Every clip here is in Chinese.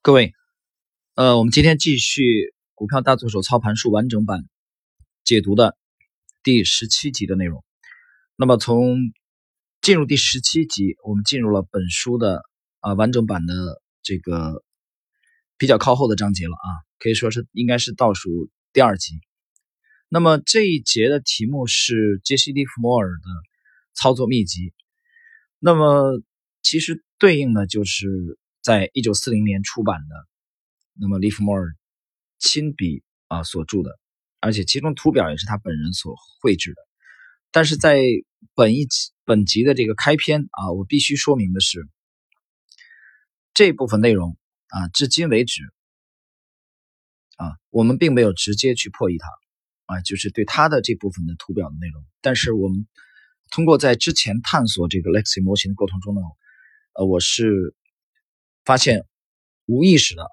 各位，我们今天继续股票大作手操盘术完整版解读的第17集的内容。那么从进入第17集，我们进入了本书的完整版的这个比较靠后的章节了可以说是应该是倒数第2集。那么这一节的题目是杰西·利弗莫尔的操作秘籍。那么其实对应的就是在1940年出版的，那么利弗莫尔亲笔所著的，而且其中图表也是他本人所绘制的。但是在本集的这个开篇我必须说明的是，这部分内容至今为止我们并没有直接去破译它就是对它的这部分的图表的内容。但是我们通过在之前探索这个 Lexi 模型的过程中呢，我是发现无意识的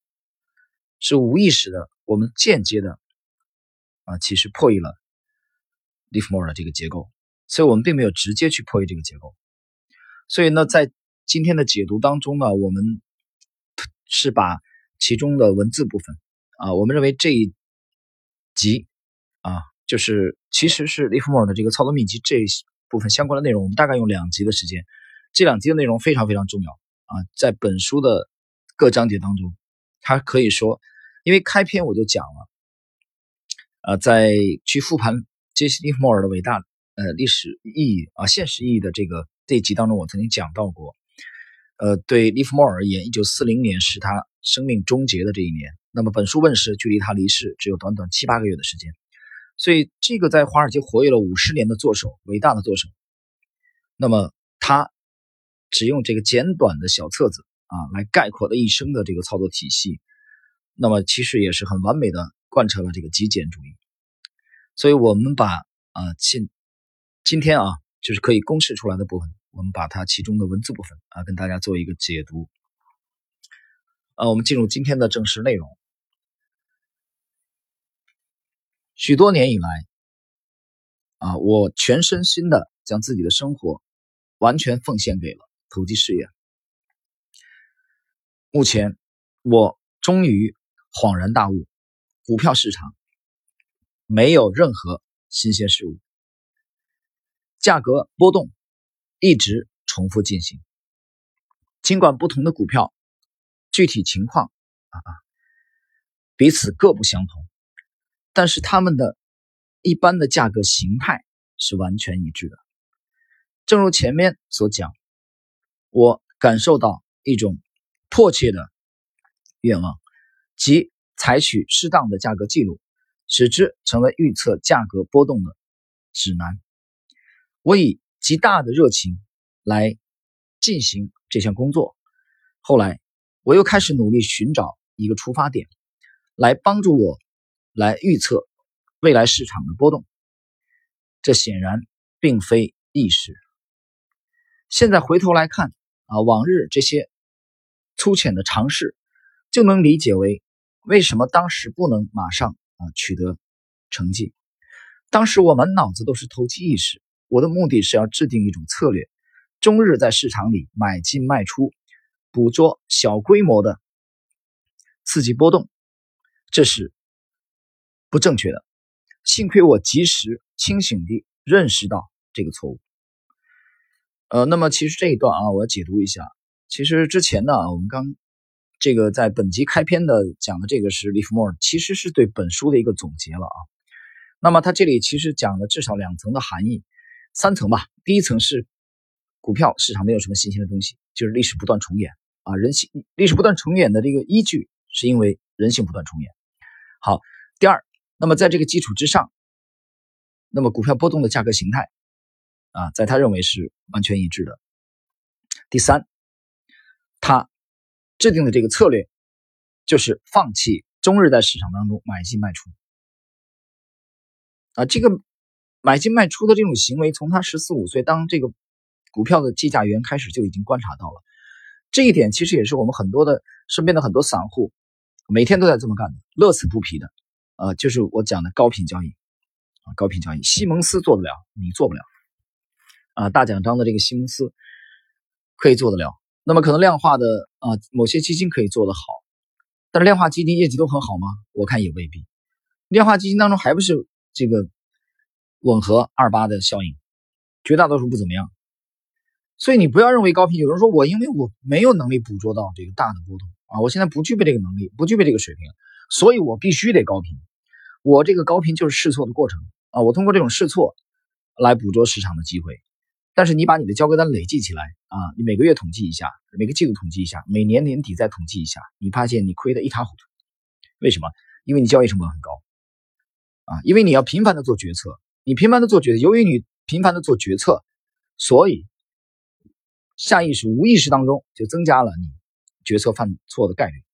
我们间接的其实破译了利弗莫尔的这个结构，所以我们并没有直接去破译这个结构。所以呢，在今天的解读当中呢，我们是把其中的文字部分我们认为这一集就是其实是利弗莫尔的这个操作秘籍这一部分相关的内容，我们大概用2集的时间。这2集的内容非常非常重要在本书的各章节当中，它可以说，因为开篇我就讲了在去复盘杰西·利弗莫尔的伟大历史意义现实意义的这一集当中，我曾经讲到过对利弗莫尔而言，1940年是他生命终结的这一年，那么本书问世距离他离世只有短短7-8个月的时间。所以这个在华尔街活跃了50年的作手，伟大的作手，那么他只用这个简短的小册子来概括的一生的这个操作体系，那么其实也是很完美的贯彻了这个极简主义。所以我们把今天就是可以公示出来的部分，我们把它其中的文字部分跟大家做一个解读。我们进入今天的正式内容。许多年以来我全身心的将自己的生活完全奉献给了投机事业。目前我终于恍然大悟，股票市场没有任何新鲜事物，价格波动一直重复进行。尽管不同的股票具体情况彼此各不相同，但是它们的一般的价格形态是完全一致的。正如前面所讲，我感受到一种迫切的愿望，即采取适当的价格记录，使之成为预测价格波动的指南。我以极大的热情来进行这项工作。后来我又开始努力寻找一个出发点，来帮助我来预测未来市场的波动。这显然并非易事。现在回头来看往日这些粗浅的尝试，就能理解为什么当时不能马上取得成绩。当时我满脑子都是投机意识，我的目的是要制定一种策略，终日在市场里买进卖出，捕捉小规模的刺激波动，这是不正确的。幸亏我及时清醒地认识到这个错误。那么其实这一段我要解读一下。其实之前呢我们刚这个在本集开篇的讲的这个是利弗莫尔，其实是对本书的一个总结了那么他这里其实讲了至少2层的含义，3层吧。第一层是股票市场没有什么新鲜的东西，就是历史不断重演历史不断重演的这个依据是因为人性不断重演。好，第二，那么在这个基础之上，那么股票波动的价格形态在他认为是完全一致的。第三，他制定的这个策略就是放弃终日在市场当中买进卖出这个买进卖出的这种行为，从他14、15岁当这个股票的计价员开始就已经观察到了。这一点其实也是我们身边的很多散户每天都在这么干的，乐此不疲的就是我讲的高频交易高频交易。西蒙斯做得了，你做不了大奖章的这个西蒙斯可以做得了，那么可能量化的某些基金可以做得好， 但是量化基金业绩都很好吗？我看也未必。量化基金当中还不是这个吻合28的效应，绝大多数不怎么样。所以你不要认为高频，有人说因为我没有能力捕捉到这个大的波动啊，我现在不具备这个能力，不具备这个水平，所以我必须得高频。我这个高频就是试错的过程啊，我通过这种试错来捕捉市场的机会。但是你把你的交割单累计起来啊，你每个月统计一下，每个季度统计一下，每年年底再统计一下，你发现你亏得一塌糊涂。为什么？因为你交易成本很高啊，因为你要频繁的做决策，由于你频繁的做决策，所以下意识、无意识当中就增加了你决策犯错的概率。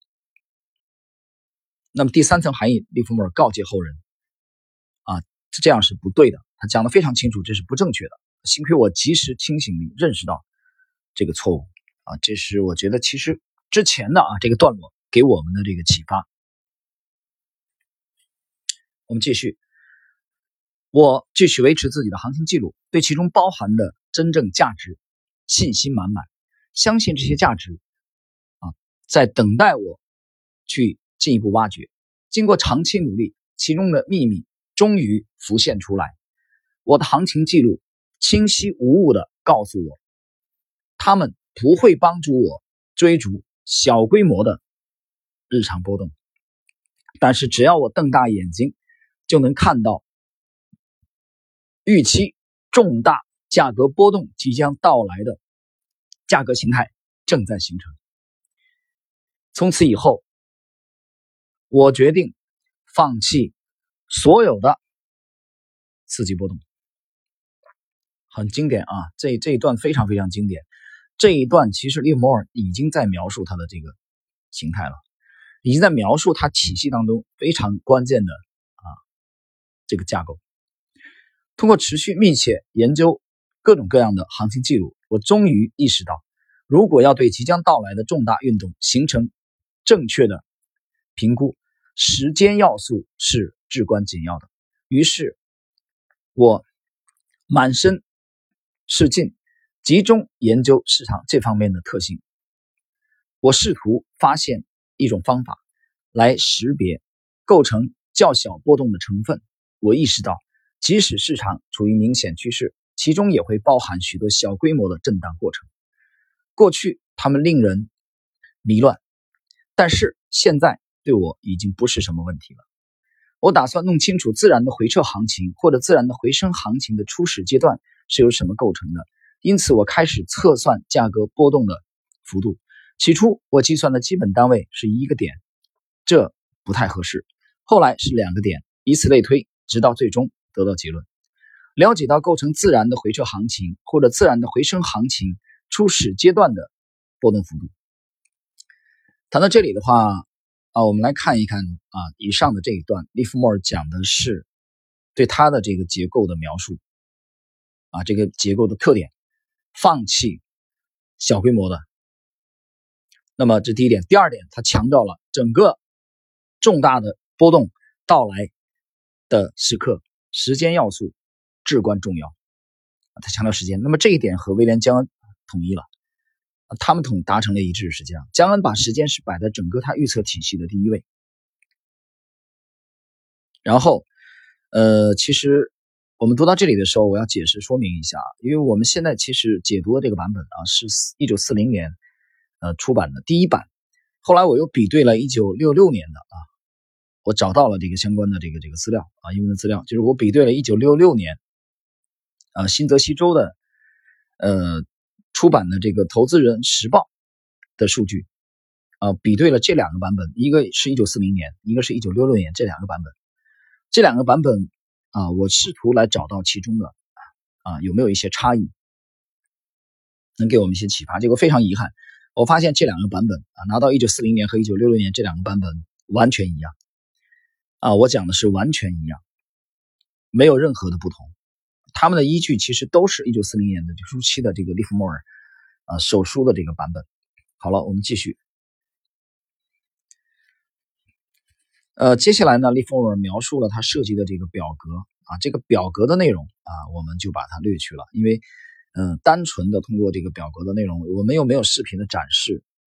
那么第三层含义，利弗莫尔告诫后人啊，这样是不对的，他讲得非常清楚，这是不正确的。幸亏我及时清醒地认识到这个错误啊，这是我觉得其实之前的这个段落给我们的这个启发。我们继续，我继续维持自己的行情记录，对其中包含的真正价值信心满满，相信这些价值在等待我去进一步挖掘。经过长期努力，其中的秘密终于浮现出来。我的行情记录清晰无误地告诉我，他们不会帮助我追逐小规模的日常波动，但是只要我瞪大眼睛，就能看到预期重大价格波动即将到来的价格形态正在形成。从此以后，我决定放弃所有的刺激波动。很经典啊，这一段非常非常经典。这一段其实利弗莫尔已经在描述他的这个形态了，已经在描述他体系当中非常关键的这个架构。通过持续密切研究各种各样的行情记录，我终于意识到，如果要对即将到来的重大运动形成正确的评估，时间要素是至关紧要的。于是我满身是劲，集中研究市场这方面的特性。我试图发现一种方法来识别构成较小波动的成分。我意识到，即使市场处于明显趋势，其中也会包含许多小规模的震荡过程。过去它们令人迷乱，但是现在对我已经不是什么问题了。我打算弄清楚自然的回撤行情或者自然的回升行情的初始阶段是由什么构成的，因此我开始测算价格波动的幅度。起初我计算的基本单位是1个点，这不太合适，后来是2个点，以此类推，直到最终得到结论。了解到构成自然的回撤行情或者自然的回升行情初始阶段的波动幅度。谈到这里的话我们来看一看以上的这一段，利弗莫尔讲的是对他的这个结构的描述这个结构的特点，放弃小规模的。那么这第一点。第二点，他强调了整个重大的波动到来的时刻，时间要素至关重要。他强调时间。那么这一点和威廉·江恩统一了，他们达成了一致。实际上，江恩把时间是摆在整个他预测体系的第一位。然后其实我们读到这里的时候，我要解释说明一下，因为我们现在其实解读的这个版本是1940年出版的第一版，后来我又比对了1966年的我找到了这个相关的这个资料英文的资料，就是我比对了1966年新泽西州的出版的这个《投资人时报》的数据比对了这2个版本，一个是1940年，一个是1966年，这2个版本。这2个版本我试图来找到其中的有没有一些差异，能给我们一些启发。结果非常遗憾，我发现这2个版本拿到1940年和1966年这2个版本完全一样我讲的是完全一样，没有任何的不同。他们的依据其实都是1940年的初期的这个利弗莫尔手书的这个版本。好了，我们继续。接下来呢，利弗莫尔描述了他设计的这个表格这个表格的内容我们就把它略去了，因为单纯的通过这个表格的内容，我们又没有视频的展示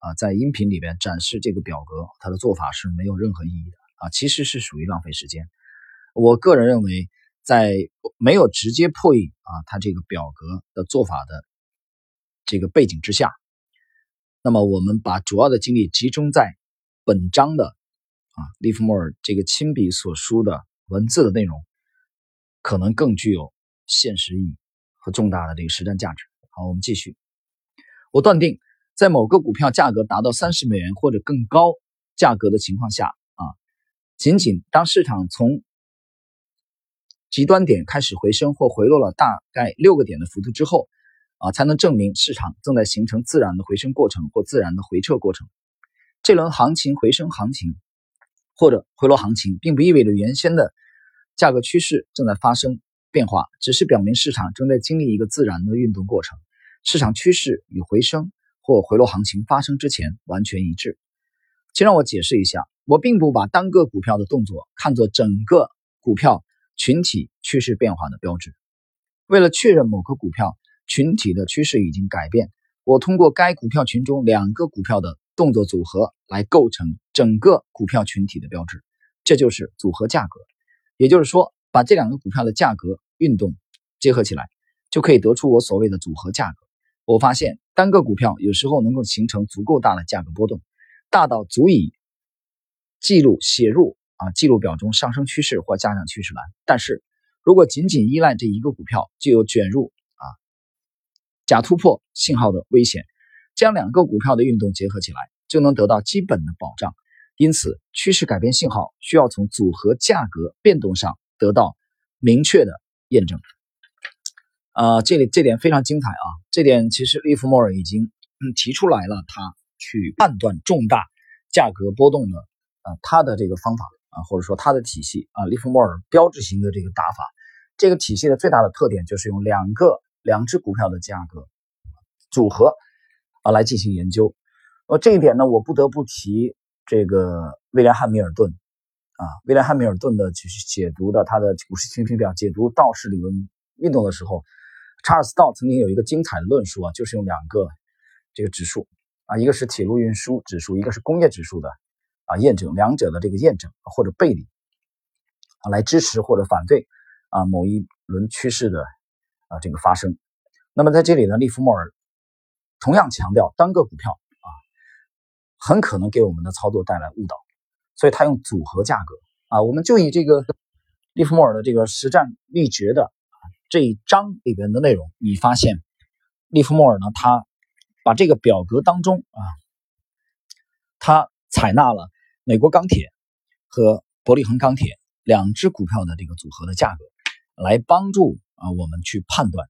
在音频里边展示这个表格，它的做法是没有任何意义的其实是属于浪费时间。我个人认为，在没有直接破译它这个表格的做法的这个背景之下，那么我们把主要的精力集中在本章的利弗莫尔这个亲笔所书的文字的内容，可能更具有现实意义和重大的这个实战价值。好，我们继续。我断定，在某个股票价格达到30美元或者更高价格的情况下仅仅当市场从极端点开始回升或回落了大概6个点的幅度之后才能证明市场正在形成自然的回升过程或自然的回撤过程。这轮行情回升行情或者回落行情，并不意味着原先的价格趋势正在发生变化，只是表明市场正在经历一个自然的运动过程。市场趋势与回升或回落行情发生之前完全一致。请让我解释一下，我并不把单个股票的动作看作整个股票群体趋势变化的标志。为了确认某个股票群体的趋势已经改变，我通过该股票群中2个股票的动作组合来构成整个股票群体的标志，这就是组合价格。也就是说，把这2个股票的价格运动结合起来，就可以得出我所谓的组合价格。我发现单个股票有时候能够形成足够大的价格波动，大到足以写入记录表中上升趋势或下降趋势栏。但是如果仅仅依赖这一个股票，就有卷入假突破信号的危险。将2个股票的运动结合起来，就能得到基本的保障。因此，趋势改变信号需要从组合价格变动上得到明确的验证。这点非常精彩这点其实利弗莫尔已经提出来了，他去判断重大价格波动的他的这个方法或者说他的体系利弗莫尔标志型的这个打法。这个体系的最大的特点就是用两只股票的价格组合来进行研究。这一点呢，我不得不提这个威廉汉密尔顿威廉汉密尔顿的就是解读的他的股市情绪表，解读道氏理论运动的时候，查尔斯道曾经有一个精彩的论述就是用2个这个指数一个是铁路运输指数，一个是工业指数的验证，两者的这个验证或者背离来支持或者反对某一轮趋势的这个发生。那么在这里呢，利弗莫尔同样强调单个股票很可能给我们的操作带来误导，所以他用组合价格我们就以这个利弗莫尔的这个实战秘诀的这一章里边的内容，你发现利弗莫尔呢，他把这个表格当中他采纳了美国钢铁和伯利恒钢铁2只股票的这个组合的价格，来帮助我们去判断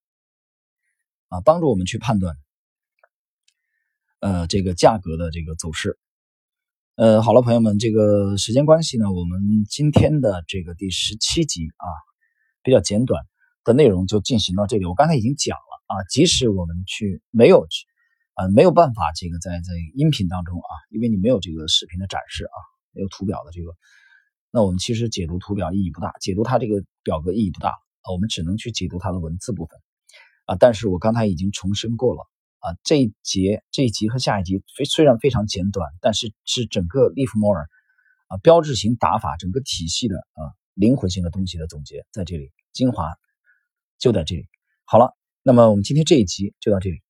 这个价格的这个走势。好了，朋友们，这个时间关系呢，我们今天的这个第17集比较简短的内容就进行到这里。我刚才已经讲了即使我们没有办法这个在音频当中因为你没有这个视频的展示没有图表的这个，那我们其实解读图表意义不大，解读它这个表格意义不大我们只能去解读它的文字部分但是我刚才已经重申过了这一集和下一集虽然非常简短，但是是整个利弗莫尔标志型打法整个体系的灵魂性的东西的总结，在这里精华就在这里。好了，那么我们今天这一集就到这里。